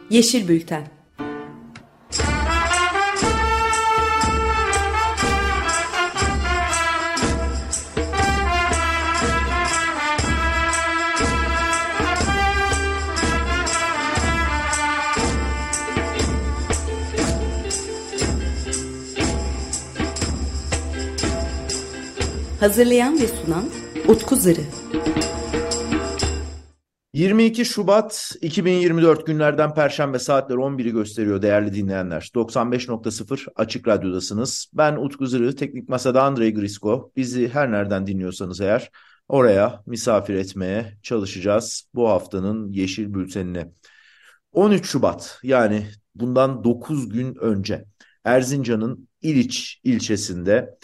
Yeşil Bülten. Hazırlayan ve sunan Utku Zırı. 22 Şubat 2024 günlerden Perşembe saatler 11'i gösteriyor değerli dinleyenler. 95.0 Açık Radyo'dasınız. Ben Utku Zırı, teknik masada Andrei Grisko. Bizi her nereden dinliyorsanız eğer oraya misafir etmeye çalışacağız bu haftanın Yeşil Bülteni'ne. 13 Şubat yani bundan 9 gün önce Erzincan'ın İliç ilçesinde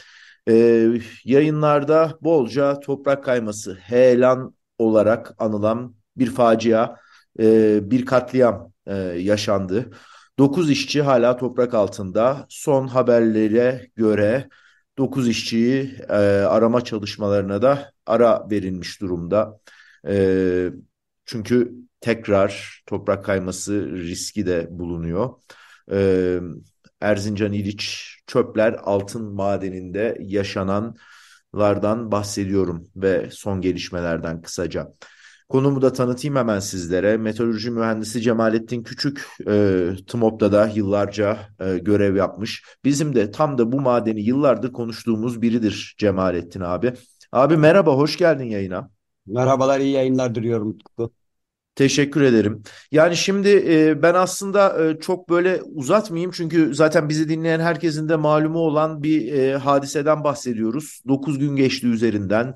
yayınlarda bolca toprak kayması, heyelan olarak anılan bir facia, bir katliam yaşandı. 9 işçi hala toprak altında. Son haberlere göre 9 işçiyi arama çalışmalarına da ara verilmiş durumda. E, Çünkü tekrar toprak kayması riski de bulunuyor. E, Erzincan İliç Çöpler Altın Madeni'nde yaşananlardan bahsediyorum ve son gelişmelerden kısaca. Konumu da tanıtayım hemen sizlere. Meteoroloji mühendisi Cemalettin Küçük, TMOB'da da yıllarca görev yapmış. Bizim de tam da bu madeni yıllardır konuştuğumuz biridir Cemalettin abi. Abi merhaba, hoş geldin yayına. Merhabalar, iyi yayınlar diliyorum Utku. Teşekkür ederim. Yani şimdi ben aslında çok böyle uzatmayayım çünkü zaten bizi dinleyen herkesin de malumu olan bir hadiseden bahsediyoruz. 9 gün geçti üzerinden.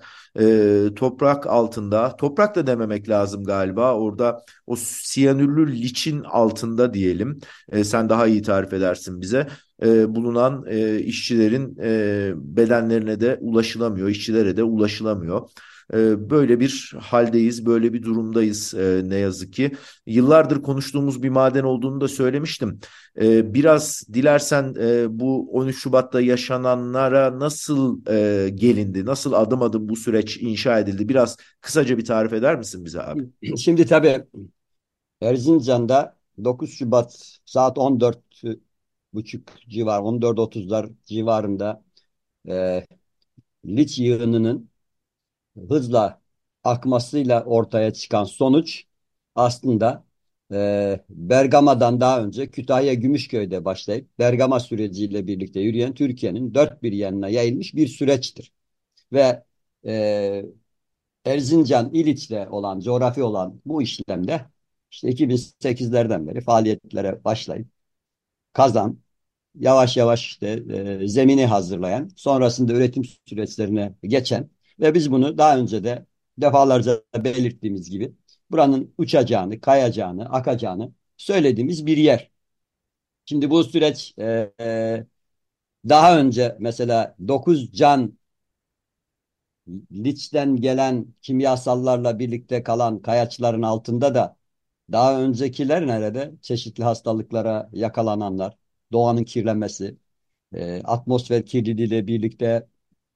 Toprak altında, toprak da dememek lazım galiba. Orada o siyanürlü liçin altında diyelim. Sen daha iyi tarif edersin bize. Bulunan işçilerin bedenlerine de ulaşılamıyor, işçilere de ulaşılamıyor. Böyle bir haldeyiz, böyle bir durumdayız ne yazık ki. Yıllardır konuştuğumuz bir maden olduğunu da söylemiştim. Biraz dilersen bu 13 Şubat'ta yaşananlara nasıl gelindi, nasıl adım adım bu süreç inşa edildi? Biraz kısaca bir tarif eder misin bize abi? Şimdi tabii Erzincan'da 9 Şubat saat 14.30 civar, 14.30'lar civarında e, liç yığınının hızla akmasıyla ortaya çıkan sonuç aslında Bergama'dan daha önce Kütahya Gümüşköy'de başlayıp Bergama süreciyle birlikte yürüyen Türkiye'nin dört bir yanına yayılmış bir süreçtir. Ve e, Erzincan, İliç'te olan, coğrafi olan bu işlemde işte 2008'lerden beri faaliyetlere başlayıp kazan, yavaş yavaş işte zemini hazırlayan, sonrasında üretim süreçlerine geçen ve biz bunu daha önce de defalarca belirttiğimiz gibi buranın uçacağını, kayacağını, akacağını söylediğimiz bir yer. Şimdi bu süreç daha önce mesela 9 can liçten gelen kimyasallarla birlikte kalan kayaçların altında da daha öncekiler nerede? Çeşitli hastalıklara yakalananlar, doğanın kirlenmesi, atmosfer kirliliğiyle birlikte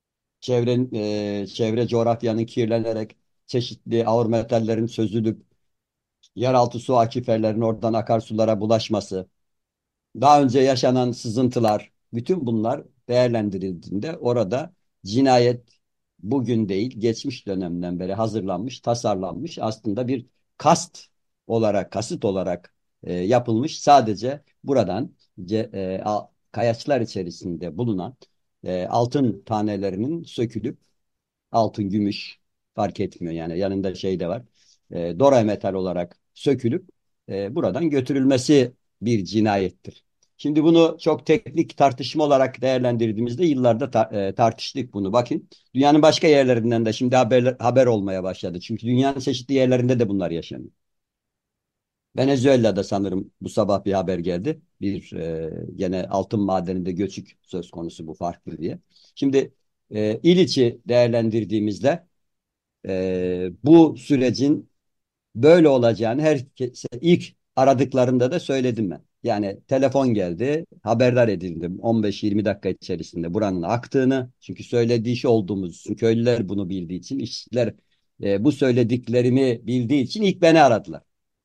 çevre coğrafyanın kirlenerek çeşitli ağır metallerin çözülüp yeraltı su akiferlerinin oradan akarsulara bulaşması, daha önce yaşanan sızıntılar, bütün bunlar değerlendirildiğinde orada cinayet bugün değil, geçmiş dönemden beri hazırlanmış, tasarlanmış aslında bir kast olarak, kasıt olarak yapılmış. Sadece buradan kayaçlar içerisinde bulunan altın tanelerinin sökülüp altın, gümüş fark etmiyor. Yani yanında şey de var. Dora metal olarak sökülüp buradan götürülmesi bir cinayettir. Şimdi bunu çok teknik tartışma olarak değerlendirdiğimizde yıllarda tartıştık bunu. Bakın dünyanın başka yerlerinden de şimdi haber olmaya başladı. Çünkü dünyanın çeşitli yerlerinde de bunlar yaşanıyor. Venezuela'da sanırım bu sabah bir haber geldi. Bir gene altın madeninde göçük söz konusu, bu farklı diye. Şimdi İliç'i değerlendirdiğimizde bu sürecin böyle olacağını herkese ilk aradıklarında da söyledim ben. Yani telefon geldi, haberdar edildim 15-20 dakika içerisinde buranın aktığını. Çünkü söylediği şey olduğumuz için, köylüler bunu bildiği için, işçiler bu söylediklerimi bildiği için ilk beni aradılar.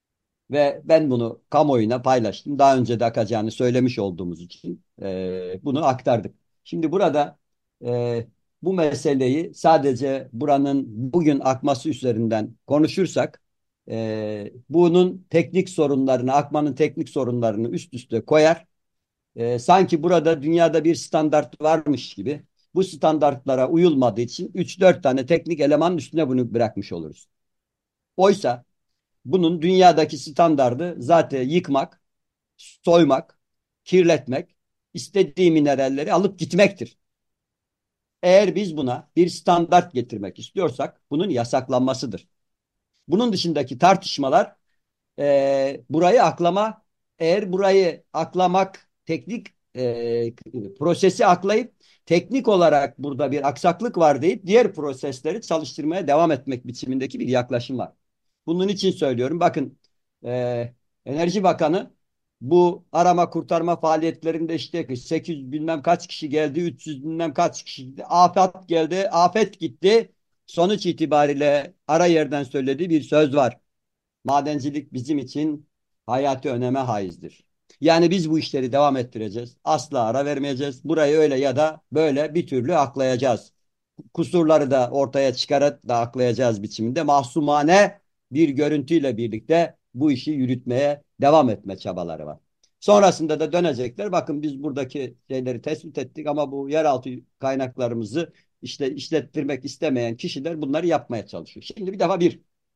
Ve ben bunu kamuoyuna paylaştım. Daha önce de akacağını söylemiş olduğumuz için bunu aktardık. Şimdi burada e, bu meseleyi sadece buranın bugün akması üzerinden konuşursak bunun teknik sorunlarını, akmanın teknik sorunlarını üst üste koyar. Sanki burada dünyada bir standart varmış gibi bu standartlara uyulmadığı için üç dört tane teknik elemanın üstüne bunu bırakmış oluruz. Oysa bunun dünyadaki standardı zaten yıkmak, soymak, kirletmek, istediği mineralleri alıp gitmektir. Eğer biz buna bir standart getirmek istiyorsak bunun yasaklanmasıdır. Bunun dışındaki tartışmalar burayı aklama, eğer burayı aklamak teknik prosesi aklayıp teknik olarak burada bir aksaklık var deyip diğer prosesleri çalıştırmaya devam etmek biçimindeki bir yaklaşım var. Bunun için söylüyorum. Bakın Enerji Bakanı bu arama kurtarma faaliyetlerinde işte 800 bilmem kaç kişi geldi, 300 bilmem kaç kişi gitti, afet geldi, afet gitti. Sonuç itibariyle ara yerden söylediği bir söz var. Madencilik bizim için hayati öneme haizdir. Yani biz bu işleri devam ettireceğiz. Asla ara vermeyeceğiz. Burayı öyle ya da böyle bir türlü aklayacağız. Kusurları da ortaya çıkarak da aklayacağız biçiminde mahsumane bir görüntüyle birlikte bu işi yürütmeye devam etme çabaları var. Sonrasında da dönecekler. Bakın biz buradaki şeyleri tespit ettik ama bu yeraltı kaynaklarımızı işte işlettirmek istemeyen kişiler bunları yapmaya çalışıyor. Şimdi bir defa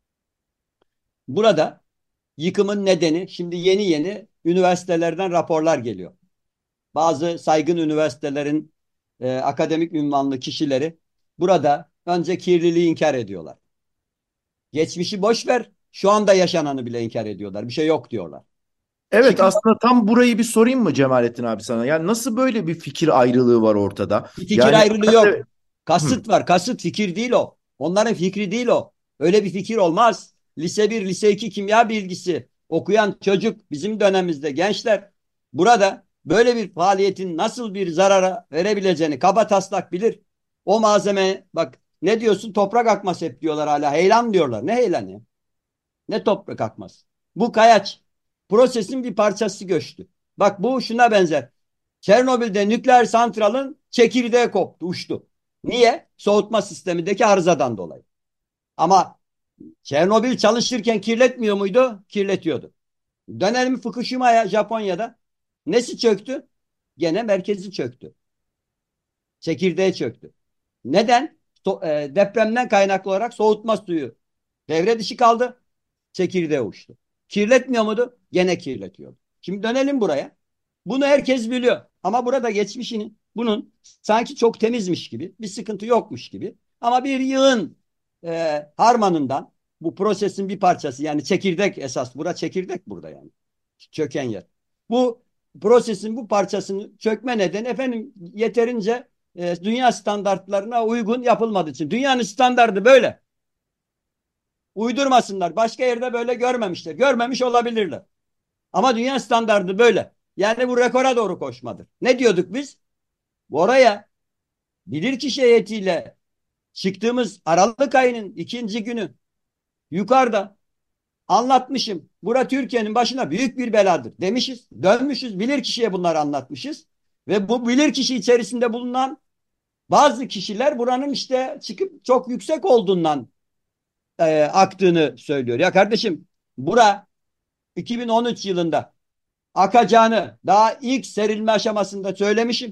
burada yıkımın nedeni şimdi yeni yeni üniversitelerden raporlar geliyor. Bazı saygın üniversitelerin akademik ünvanlı kişileri burada önce kirliliği inkar ediyorlar. Geçmişi boş ver, şu anda yaşananı bile inkar ediyorlar. Bir şey yok diyorlar. Evet, Çıkıyor aslında tam burayı bir sorayım mı Cemalettin abi sana? Yani nasıl böyle bir fikir ayrılığı var ortada? bir fikir Yani ayrılığı ben yok. de... Hı. Kasıt var. Kasıt fikir değil o. Onların fikri değil o. Öyle bir fikir olmaz. Lise bir, lise 2 kimya bilgisi okuyan çocuk bizim dönemimizde gençler burada böyle bir faaliyetin nasıl bir zarara verebileceğini kaba taslak bilir. O malzeme bak ne diyorsun toprak akması hep diyorlar hala. Heyelan diyorlar. Ne heyelanı? Ne toprak akması? Bu kayaç. Prosesin bir parçası göçtü. Bak bu şuna benzer. Çernobil'de nükleer santralın çekirdeği koptu, uçtu. Niye? Soğutma sistemindeki arızadan dolayı. Ama Çernobil çalışırken kirletmiyor muydu? Kirletiyordu. Dönelim Fukushima'ya Japonya'da. Nesi çöktü? Gene merkezi çöktü. Çekirdeği çöktü. Neden? Depremden kaynaklı olarak soğutma suyu devre dışı kaldı. Çekirdeği uçtu. Kirletmiyor muydu? Gene kirletiyordu. Şimdi dönelim buraya. Bunu herkes biliyor. Ama burada geçmişini bunun sanki çok temizmiş gibi, bir sıkıntı yokmuş gibi. Ama bir yığın harmanından bu prosesin bir parçası yani çekirdek esas. Bura çekirdek burada yani. Çöken yer. Bu prosesin bu parçasını çökme nedeni efendim yeterince dünya standartlarına uygun yapılmadığı için. Dünyanın standardı böyle. Uydurmasınlar. Başka yerde böyle görmemişler. Görmemiş olabilirler. Ama dünya standardı böyle. Yani bu rekora doğru koşmadır. Ne diyorduk biz? Oraya bilirkişi heyetiyle çıktığımız Aralık ayının ikinci günü yukarıda anlatmışım. Bura Türkiye'nin başına büyük bir beladır demişiz. Dönmüşüz bilirkişiye bunları anlatmışız. Ve bu bilirkişi içerisinde bulunan bazı kişiler buranın işte çıkıp çok yüksek olduğundan aktığını söylüyor. Ya kardeşim bura 2013 yılında akacağını daha ilk serilme aşamasında söylemişim.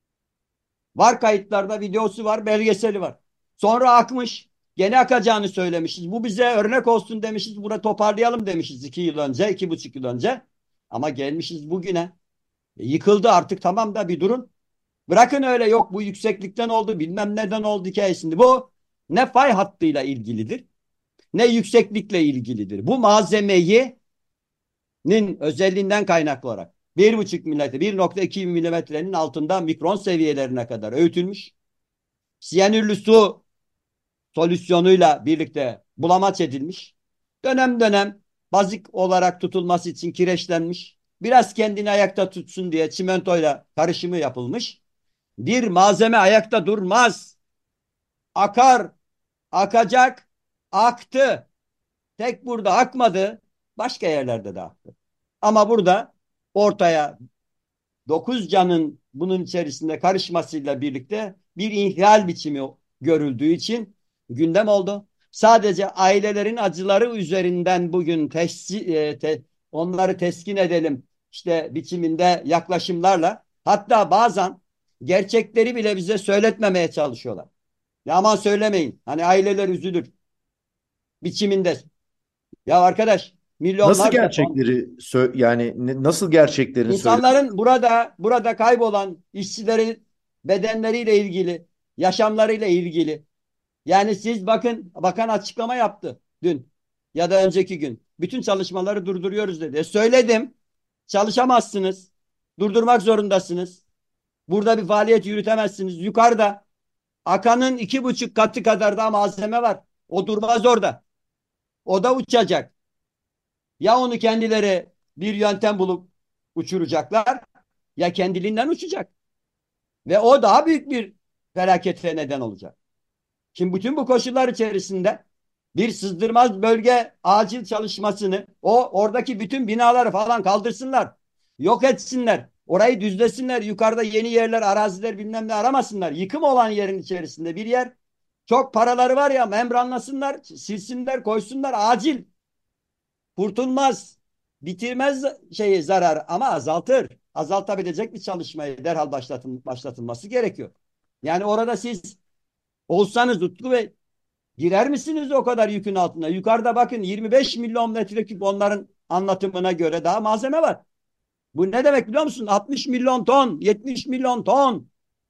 Var kayıtlarda videosu var, belgeseli var. Sonra akmış. Gene akacağını söylemişiz. Bu bize örnek olsun demişiz. Burada toparlayalım demişiz 2 yıl önce, 2,5 yıl önce. Ama gelmişiz bugüne. Yıkıldı artık tamam da bir durun. Bırakın öyle yok bu yükseklikten oldu bilmem neden oldu hikayesinde. Bu ne fay hattıyla ilgilidir ne yükseklikle ilgilidir. Bu malzemeyi özelliğinden kaynaklı olarak 1,5 milimetre, 1,2 milimetrenin altında mikron seviyelerine kadar öğütülmüş. Siyanürlü su solüsyonuyla birlikte bulamaç edilmiş. Dönem dönem bazik olarak tutulması için kireçlenmiş. Biraz kendini ayakta tutsun diye çimentoyla karışımı yapılmış. Bir malzeme ayakta durmaz. Akar, akacak, aktı. Tek burada akmadı. Başka yerlerde de haklı. Ama burada ortaya 9 canın bunun içerisinde karışmasıyla birlikte bir infial biçimi görüldüğü için gündem oldu. Sadece ailelerin acıları üzerinden bugün onları teskin edelim işte biçiminde yaklaşımlarla, hatta bazen gerçekleri bile bize söyletmemeye çalışıyorlar. Ya aman söylemeyin, hani aileler üzülür biçiminde. Ya arkadaş, Nasıl milyonlarca ton gerçekleri yani nasıl gerçeklerini söyle. İnsanların burada kaybolan işçilerin bedenleriyle ilgili, yaşamlarıyla ilgili. Yani siz bakın, bakan açıklama yaptı dün ya da önceki gün. Bütün çalışmaları durduruyoruz dedi. Söyledim. Çalışamazsınız. Durdurmak zorundasınız. Burada bir faaliyet yürütemezsiniz. Yukarıda akanın 2,5 katı kadar daha malzeme var. O durmaz orada. O da uçacak. Ya onu kendileri bir yöntem bulup uçuracaklar, ya kendiliğinden uçacak. Ve o daha büyük bir felakete neden olacak. Şimdi bütün bu koşullar içerisinde bir sızdırmaz bölge acil çalışmasını, oradaki bütün binaları falan kaldırsınlar. Yok etsinler. Orayı düzlesinler. Yukarıda yeni yerler, araziler bilmem ne aramasınlar. Yıkım olan yerin içerisinde bir yer. Çok paraları var ya, membranlasınlar, silsinler, koysunlar acil. Kurtulmaz, bitirmez şeyi zarar ama azaltır. Azaltabilecek bir çalışmayı derhal başlatılması gerekiyor. Yani orada siz olsanız Utku Bey, girer misiniz o kadar yükün altına? Yukarıda bakın 25 milyon metreküp onların anlatımına göre daha malzeme var. Bu ne demek biliyor musun? 60 milyon ton, 70 milyon ton.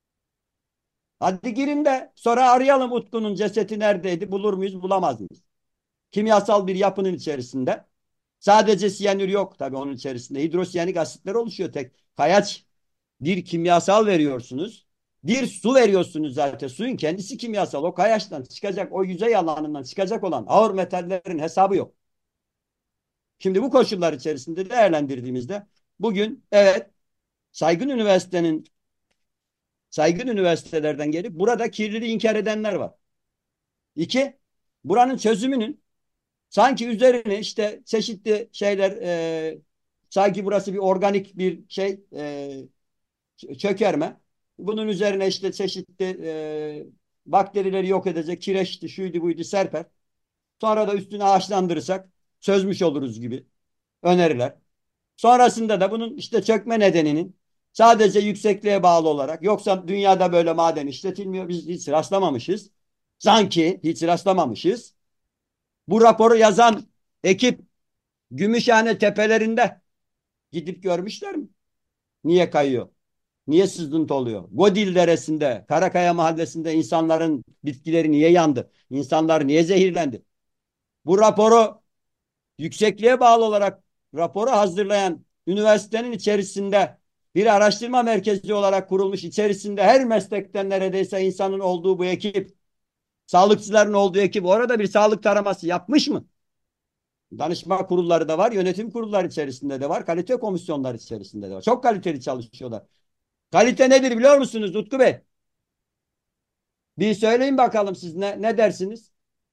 Hadi girin de sonra arayalım Utku'nun cesedi neredeydi? Bulur muyuz, bulamaz mıyız? Kimyasal bir yapının içerisinde. Sadece siyanür yok tabii onun içerisinde. Hidrosiyanik asitler oluşuyor tek. Kayaç bir kimyasal veriyorsunuz. Bir su veriyorsunuz zaten. Suyun kendisi kimyasal. O kayaçtan çıkacak, o yüzey alanından çıkacak olan ağır metallerin hesabı yok. Şimdi bu koşullar içerisinde değerlendirdiğimizde bugün evet, saygın üniversitenin saygın üniversitelerden gelip burada kirliliği inkar edenler var. İki, buranın çözümünün sanki üzerine işte çeşitli şeyler, sanki burası bir organik bir şey, çökerme. Bunun üzerine işte çeşitli bakterileri yok edecek kireçti, şuydu buydu serper. Sonra da üstüne ağaçlandırırsak çözmüş oluruz gibi öneriler. Sonrasında da bunun işte çökme nedeninin sadece yüksekliğe bağlı olarak, yoksa dünyada böyle maden işletilmiyor, biz hiç rastlamamışız. Sanki hiç rastlamamışız. Bu raporu yazan ekip Gümüşhane tepelerinde gidip görmüşler mi? Niye kayıyor? Niye sızıntı oluyor? Godil Deresi'nde, Karakaya Mahallesi'nde insanların bitkileri niye yandı? İnsanlar niye zehirlendi? Bu raporu yüksekliğe bağlı olarak raporu hazırlayan üniversitenin içerisinde bir araştırma merkezi olarak kurulmuş, içerisinde her meslekten neredeyse insanın olduğu bu ekip, sağlıkçıların olduğu ekip orada bir sağlık taraması yapmış mı? Danışma kurulları da var, yönetim kurulları içerisinde de var, kalite komisyonları içerisinde de var. Çok kaliteli çalışıyorlar. Kalite nedir biliyor musunuz Utku Bey? Bir söyleyin bakalım, siz ne dersiniz?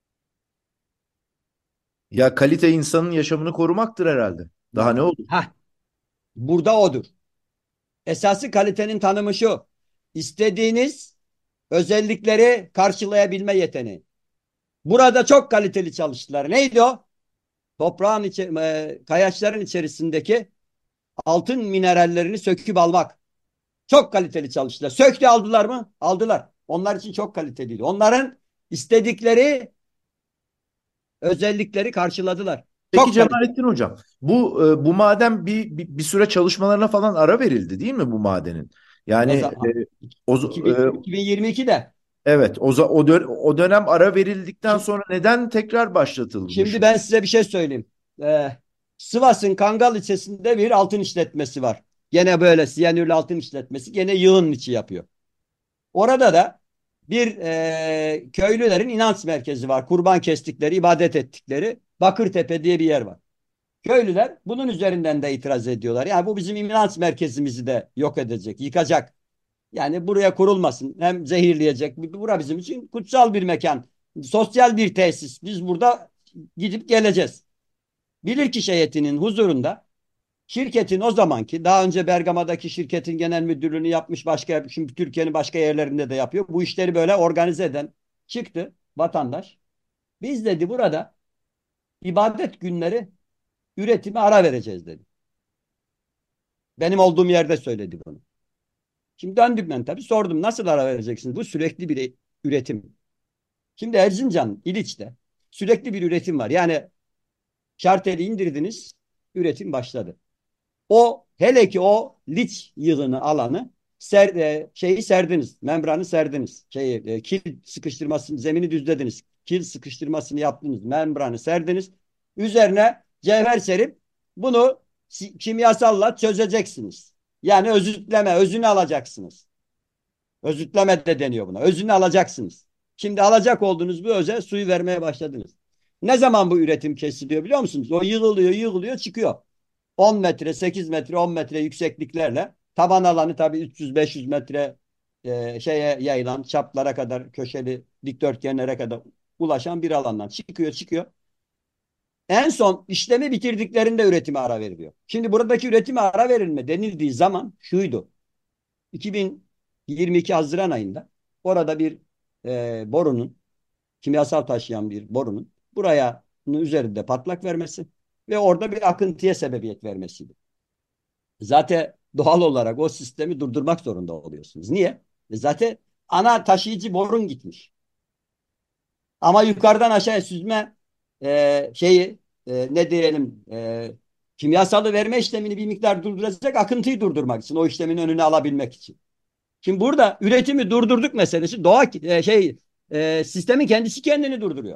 Ya kalite insanın yaşamını korumaktır herhalde. Daha Bak, ne olur? burada odur. Esası kalitenin tanımı şu: İstediğiniz özellikleri karşılayabilme yeteneği. Burada çok kaliteli çalıştılar. Neydi o? Kayaçların içerisindeki altın minerallerini söküp almak. Çok kaliteli çalıştılar. Söktü aldılar mı? Aldılar. Onlar için çok kaliteliydi. Onların istedikleri özellikleri karşıladılar. Peki Çok kaliteli. Cemalettin Hocam, bu maden bir süre çalışmalarına falan ara verildi değil mi bu madenin? Yani Ne zaman? o, e, 2022'de. evet o dönem ara verildikten sonra neden tekrar başlatılmış? Şimdi ben size bir şey söyleyeyim. Ee, Sivas'ın Kangal ilçesinde bir altın işletmesi var. Gene böyle siyanürlü altın işletmesi. Gene yığın içi yapıyor. Orada da bir köylülerin inanç merkezi var. Kurban kestikleri, ibadet ettikleri Bakırtepe diye bir yer var. Köylüler bunun üzerinden de itiraz ediyorlar. Yani bu bizim inanç merkezimizi de yok edecek, yıkacak. Yani buraya kurulmasın. Hem zehirleyecek. Bura bizim için kutsal bir mekan. Sosyal bir tesis. Biz burada gidip geleceğiz. Bilirkişi heyetinin huzurunda şirketin o zamanki daha önce Bergama'daki şirketin genel müdürlüğünü yapmış başka şimdi Türkiye'nin başka yerlerinde de yapıyor. Bu işleri böyle organize eden çıktı vatandaş. Biz dedi burada ibadet günleri üretime ara vereceğiz dedi. Benim olduğum yerde söyledi bunu. Şimdi döndüm ben tabii sordum nasıl ara vereceksiniz? Bu sürekli bir üretim. Şimdi Erzincan, İliç'te sürekli bir üretim var. Yani şarteli indirdiniz, üretim başladı. O hele ki o liç yığını alanı şeyi serdiniz, membranı serdiniz. Kil sıkıştırmasını, zemini düzlediniz. Kil sıkıştırmasını yaptınız, membranı serdiniz. Üzerine cevher serip bunu kimyasalla çözeceksiniz. Yani özütleme, özünü alacaksınız. Özütleme de deniyor buna. Özünü alacaksınız. Şimdi alacak olduğunuz bu öze suyu vermeye başladınız. Ne zaman bu üretim kesiliyor biliyor musunuz? O yığılıyor, yığılıyor, çıkıyor. 10 metre, 8 metre, 10 metre yüksekliklerle taban alanı tabii 300-500 metre şeye yayılan çaplara kadar köşeli dikdörtgenlere kadar ulaşan bir alandan çıkıyor çıkıyor. En son işlemi bitirdiklerinde üretime ara veriliyor. Şimdi buradaki üretime ara verilme denildiği zaman şuydu. 2022 Haziran ayında orada bir borunun kimyasal taşıyan bir borunun buraya üzerinde patlak vermesi ve orada bir akıntıya sebebiyet vermesiydi. Zaten doğal olarak o sistemi durdurmak zorunda oluyorsunuz. Niye? Zaten ana taşıyıcı borun gitmiş. Ama yukarıdan aşağıya süzme ne diyelim kimyasalı verme işlemini bir miktar durduracak akıntıyı durdurmak için o işlemin önünü alabilmek için. Şimdi burada üretimi durdurduk meselesi sistemin kendisi kendini durduruyor.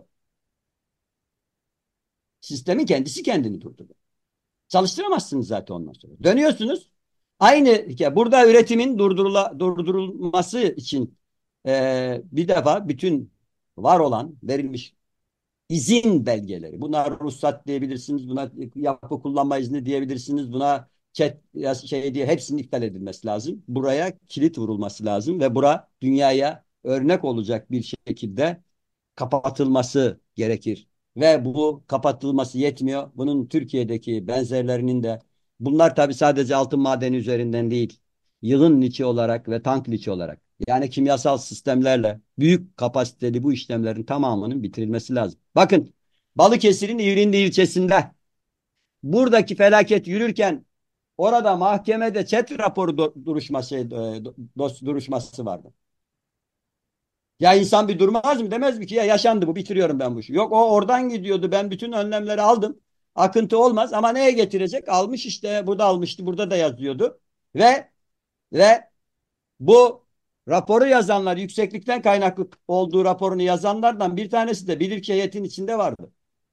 Sistemin kendisi kendini durduruyor. Çalıştıramazsınız zaten ondan sonra. Dönüyorsunuz. Aynı hikaye. Burada üretimin durdurulması için bir defa bütün var olan verilmiş izin belgeleri. Buna ruhsat diyebilirsiniz. Buna yapı kullanma izni diyebilirsiniz. Buna diye hepsinin iptal edilmesi lazım. Buraya kilit vurulması lazım ve bura dünyaya örnek olacak bir şekilde kapatılması gerekir. Ve bu kapatılması yetmiyor. Bunun Türkiye'deki benzerlerinin de bunlar tabii sadece altın madeni üzerinden değil. Yığın liçi olarak ve tank liçi olarak yani kimyasal sistemlerle büyük kapasiteli bu işlemlerin tamamının bitirilmesi lazım. Bakın Balıkesir'in İvrindi ilçesinde buradaki felaket yürürken orada mahkemede çet raporu duruşması vardı. Ya insan bir durmaz mı demez mi ki ya yaşandı bu bitiriyorum ben bu işi. Yok o oradan gidiyordu ben bütün önlemleri aldım. Akıntı olmaz ama neye getirecek? Almış işte burada almıştı burada da yazıyordu. Ve ve bu raporu yazanlar yükseklikten kaynaklı olduğu raporunu yazanlardan bir tanesi de bilirkişi heyetin içinde vardı.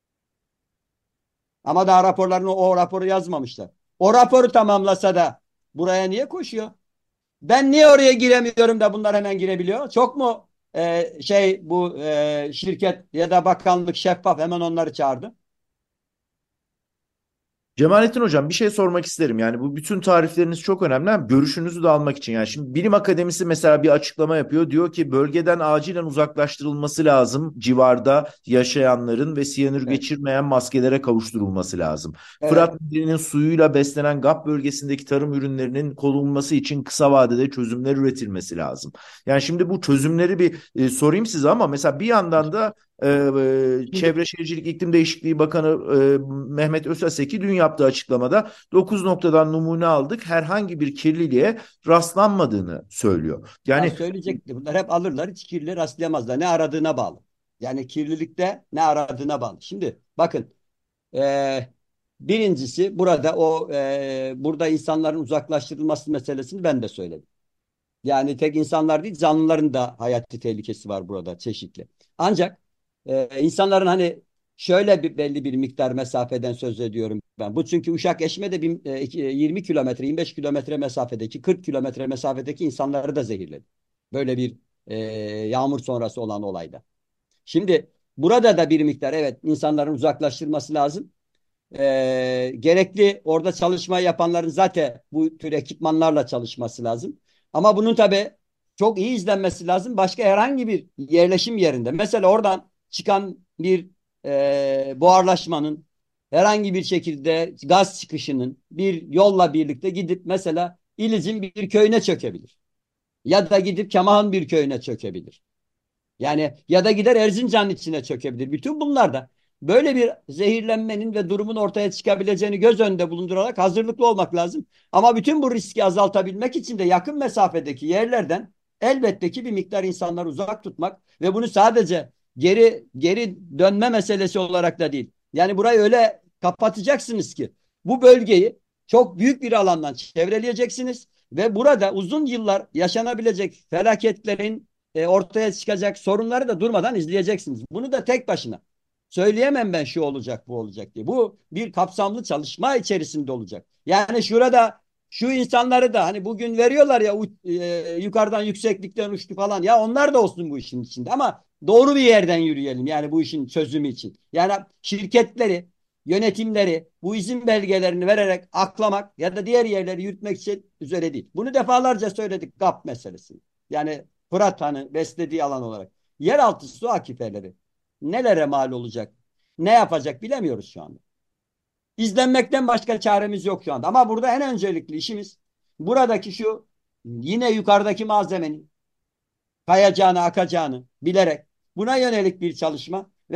Ama daha raporlarını o raporu yazmamışlar. O raporu tamamlasa da buraya niye koşuyor? Ben niye oraya giremiyorum da bunlar hemen girebiliyor? Çok mu bu şirket ya da bakanlık şeffaf hemen onları çağırdı? Cemalettin Hocam bir şey sormak isterim. Yani bu bütün tarifleriniz çok önemli ama görüşünüzü de almak için. Yani şimdi Bilim Akademisi mesela bir açıklama yapıyor. Diyor ki bölgeden acilen uzaklaştırılması lazım. Civarda yaşayanların ve siyanür Evet. geçirmeyen maskelere kavuşturulması lazım. Evet. Fırat Nehri'nin suyuyla beslenen GAP bölgesindeki tarım ürünlerinin korunması için kısa vadede çözümler üretilmesi lazım. Yani şimdi bu çözümleri bir sorayım size ama mesela bir yandan da Şimdi Çevre Şehircilik İklim Değişikliği Bakanı Mehmet Özaseki dün yaptığı açıklamada 9 noktadan numune aldık. Herhangi bir kirliliğe rastlanmadığını söylüyor. ya Yani söyleyecekti. Bunlar hep alırlar. Hiç kirli rastlayamazlar. Ne aradığına bağlı. Yani kirlilikte ne aradığına bağlı. Şimdi bakın e, birincisi burada insanların uzaklaştırılması meselesini ben de söyledim. Yani tek insanlar değil canlıların da hayati tehlikesi var burada çeşitli. Ancak insanların hani şöyle belli bir miktar mesafeden söz ediyorum ben. Bu çünkü Uşak Eşme'de 20 kilometre 25 kilometre mesafedeki 40 kilometre mesafedeki insanları da zehirledi. Böyle bir yağmur sonrası olan olayda. Şimdi burada da bir miktar evet insanların uzaklaştırması lazım. Gerekli orada çalışma yapanların zaten bu tür ekipmanlarla çalışması lazım. Ama bunun tabii çok iyi izlenmesi lazım. Başka herhangi bir yerleşim yerinde. Mesela oradan çıkan bir buharlaşmanın herhangi bir şekilde gaz çıkışının bir yolla birlikte gidip mesela İliz'in bir köyüne çökebilir. Ya da gidip Kemah'ın bir köyüne çökebilir. Yani ya da gider Erzincan'ın içine çökebilir. Bütün bunlar da böyle bir zehirlenmenin ve durumun ortaya çıkabileceğini göz önünde bulundurarak hazırlıklı olmak lazım. Ama bütün bu riski azaltabilmek için de yakın mesafedeki yerlerden elbette ki bir miktar insanları uzak tutmak ve bunu sadece geri dönme meselesi olarak da değil. Yani burayı öyle kapatacaksınız ki bu bölgeyi çok büyük bir alandan çevreleyeceksiniz ve burada uzun yıllar yaşanabilecek felaketlerin ortaya çıkacak sorunları da durmadan izleyeceksiniz. Bunu da tek başına söyleyemem ben, şu olacak bu olacak diye. Bu bir kapsamlı çalışma içerisinde olacak. Yani şurada şu insanları da hani bugün veriyorlar ya yukarıdan yükseklikten uçtu falan, ya onlar da olsun bu işin içinde ama doğru bir yerden yürüyelim yani bu işin çözümü için. Yani şirketleri, yönetimleri bu izin belgelerini vererek aklamak ya da diğer yerleri yürütmek için üzere değil. Bunu defalarca söyledik, GAP meselesi. Yani Fırat Han'ı beslediği alan olarak. Yeraltı su akiferleri nelere mal olacak, ne yapacak bilemiyoruz şu anda. İzlenmekten başka çaremiz yok şu anda. Ama burada en öncelikli işimiz buradaki şu yine yukarıdaki malzemenin kayacağını, akacağını bilerek buna yönelik bir çalışma ve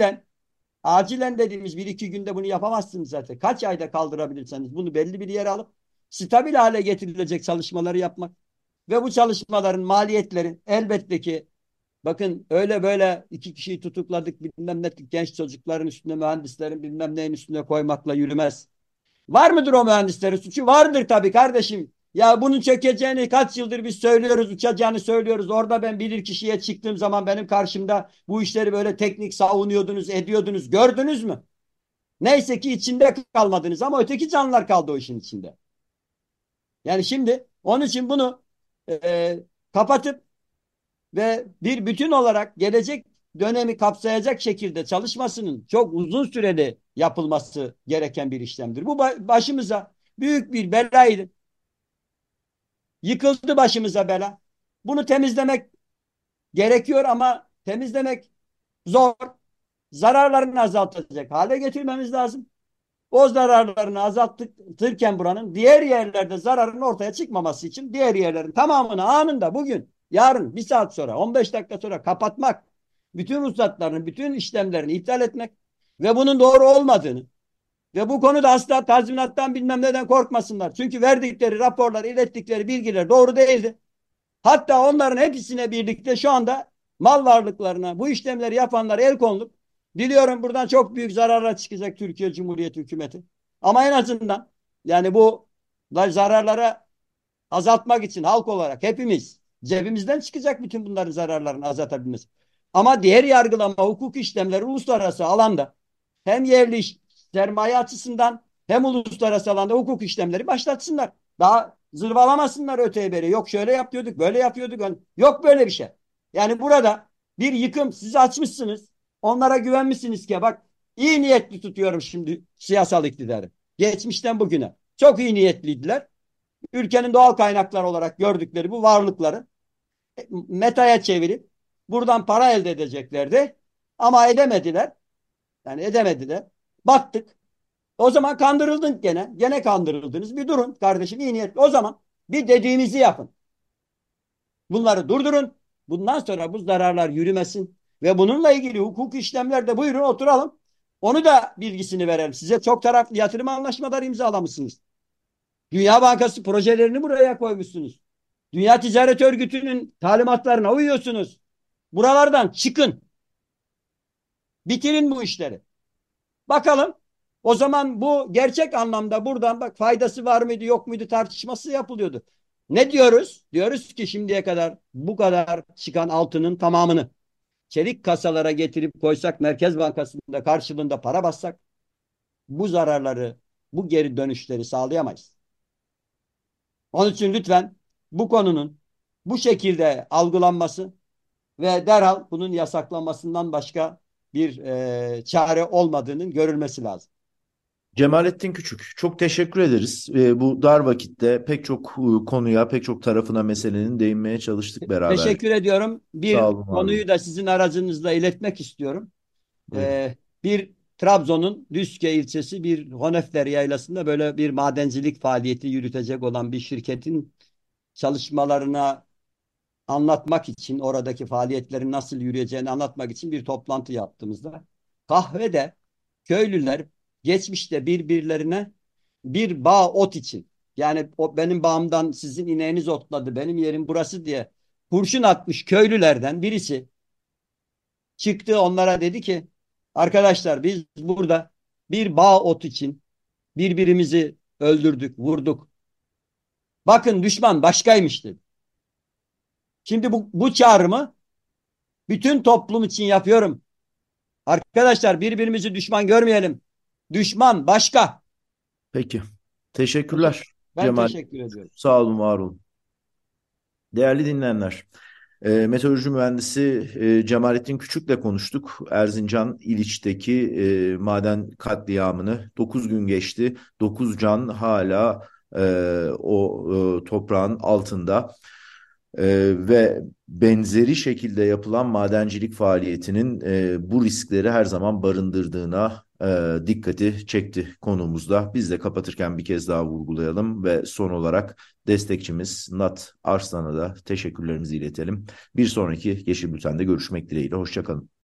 acilen dediğimiz bir iki günde bunu yapamazsınız zaten. Kaç ayda kaldırabilirseniz bunu belli bir yere alıp stabil hale getirilecek çalışmaları yapmak ve bu çalışmaların maliyetleri elbette ki, bakın öyle böyle iki kişiyi tutukladık bilmem ne genç çocukların üstüne, mühendislerin bilmem neyin üstüne koymakla yürümez. Var mıdır o mühendislerin suçu? Vardır tabii kardeşim. Ya bunun çökeceğini kaç yıldır biz söylüyoruz, uçacağını söylüyoruz. Orada ben bilir kişiye çıktığım zaman benim karşımda bu işleri böyle teknik savunuyordunuz, ediyordunuz. Gördünüz mü? Neyse ki içinde kalmadınız ama öteki canlılar kaldı o işin içinde. Yani şimdi onun için bunu kapatıp ve bir bütün olarak gelecek dönemi kapsayacak şekilde çalışmasının çok uzun süreli yapılması gereken bir işlemdir. Bu başımıza büyük bir belaydı. Yıkıldı başımıza bela. Bunu temizlemek gerekiyor ama temizlemek zor. Zararlarını azaltacak hale getirmemiz lazım. O zararlarını azaltırken buranın diğer yerlerde zararın ortaya çıkmaması için diğer yerlerin tamamını anında bugün, yarın, bir saat sonra, 15 dakika sonra kapatmak, bütün ruhsatlarını, bütün işlemlerini iptal etmek ve bunun doğru olmadığını ve bu konuda asla tazminattan bilmem neden korkmasınlar. Çünkü verdikleri raporlar, ilettikleri bilgiler doğru değildi. Hatta onların hepsine birlikte şu anda mal varlıklarına bu işlemleri yapanlar el konulup, biliyorum buradan çok büyük zararlar çıkacak Türkiye Cumhuriyeti hükümeti. Ama en azından yani bu zararlara azaltmak için halk olarak hepimiz cebimizden çıkacak bütün bunların zararlarını azaltabilmesi. Ama diğer yargılama, hukuk işlemleri uluslararası alanda hem yerli sermaye açısından hem uluslararası alanda hukuk işlemleri başlatsınlar. Daha zırvalamasınlar öteye beri. Yok şöyle yapıyorduk, böyle yapıyorduk. Yok böyle bir şey. Yani burada bir yıkım, siz açmışsınız. Onlara güvenmişsiniz ki bak, iyi niyetli tutuyorum şimdi siyasal iktidarı. Geçmişten bugüne. Çok iyi niyetliydiler. Ülkenin doğal kaynaklar olarak gördükleri bu varlıkları metaya çevirip buradan para elde edeceklerdi. Ama edemediler. Yani edemediler. Battık. O zaman kandırıldın gene. Gene kandırıldınız. Bir durun kardeşim, iyi niyetli. O zaman bir dediğimizi yapın. Bunları durdurun. Bundan sonra bu zararlar yürümesin. Ve bununla ilgili hukuk işlemlerde buyurun oturalım. Onu da bilgisini verelim. Size çok taraflı yatırım anlaşmaları imzalamışsınız. Dünya Bankası projelerini buraya koymuşsunuz. Dünya Ticaret Örgütü'nün talimatlarına uyuyorsunuz. Buralardan çıkın. Bitirin bu işleri. Bakalım. O zaman bu gerçek anlamda buradan bak faydası var mıydı yok muydu tartışması yapılıyordu. Ne diyoruz? Diyoruz ki şimdiye kadar bu kadar çıkan altının tamamını çelik kasalara getirip koysak, Merkez Bankası'nda karşılığında para bassak bu zararları, bu geri dönüşleri sağlayamayız. Onun için lütfen bu konunun bu şekilde algılanması ve derhal bunun yasaklanmasından başka bir çare olmadığının görülmesi lazım. Cemalettin Küçük, çok teşekkür ederiz. Bu dar vakitte pek çok konuya, pek çok tarafına meselenin değinmeye çalıştık beraber. Teşekkür ediyorum. Sağ Bir olun, var olun. konuyu da sizin aracınızla iletmek istiyorum. Buyurun. Bir Trabzon'un Düzce ilçesi bir Honefler Yaylası'nda böyle bir madencilik faaliyeti yürütecek olan bir şirketin çalışmalarına anlatmak için, oradaki faaliyetlerin nasıl yürüyeceğini anlatmak için bir toplantı yaptığımızda kahvede köylüler geçmişte birbirlerine bir bağ ot için, yani o benim bağımdan sizin ineğiniz otladı, benim yerim burası diye kurşun atmış köylülerden birisi çıktı, onlara dedi ki arkadaşlar biz burada bir bağ ot için birbirimizi öldürdük, vurduk. Bakın düşman başkaymış dedi. Şimdi bu çağrımı bütün toplum için yapıyorum. Arkadaşlar birbirimizi düşman görmeyelim. Düşman başka. Peki. Teşekkürler Ben Cemal. teşekkür ediyorum. Sağ olun, var olun. Değerli dinleyenler, meteoroloji mühendisi Cemalettin Küçük'le konuştuk. Erzincan İliç'teki maden katliamını 9 gün geçti. 9 can hala toprağın altında. Ve benzeri şekilde yapılan madencilik faaliyetinin bu riskleri her zaman barındırdığına dikkati çekti konumuzda. Biz de kapatırken bir kez daha vurgulayalım ve son olarak destekçimiz Nat Arslan'a da teşekkürlerimizi iletelim. Bir sonraki Yeşil Bülten'de görüşmek dileğiyle. Hoşça kalın.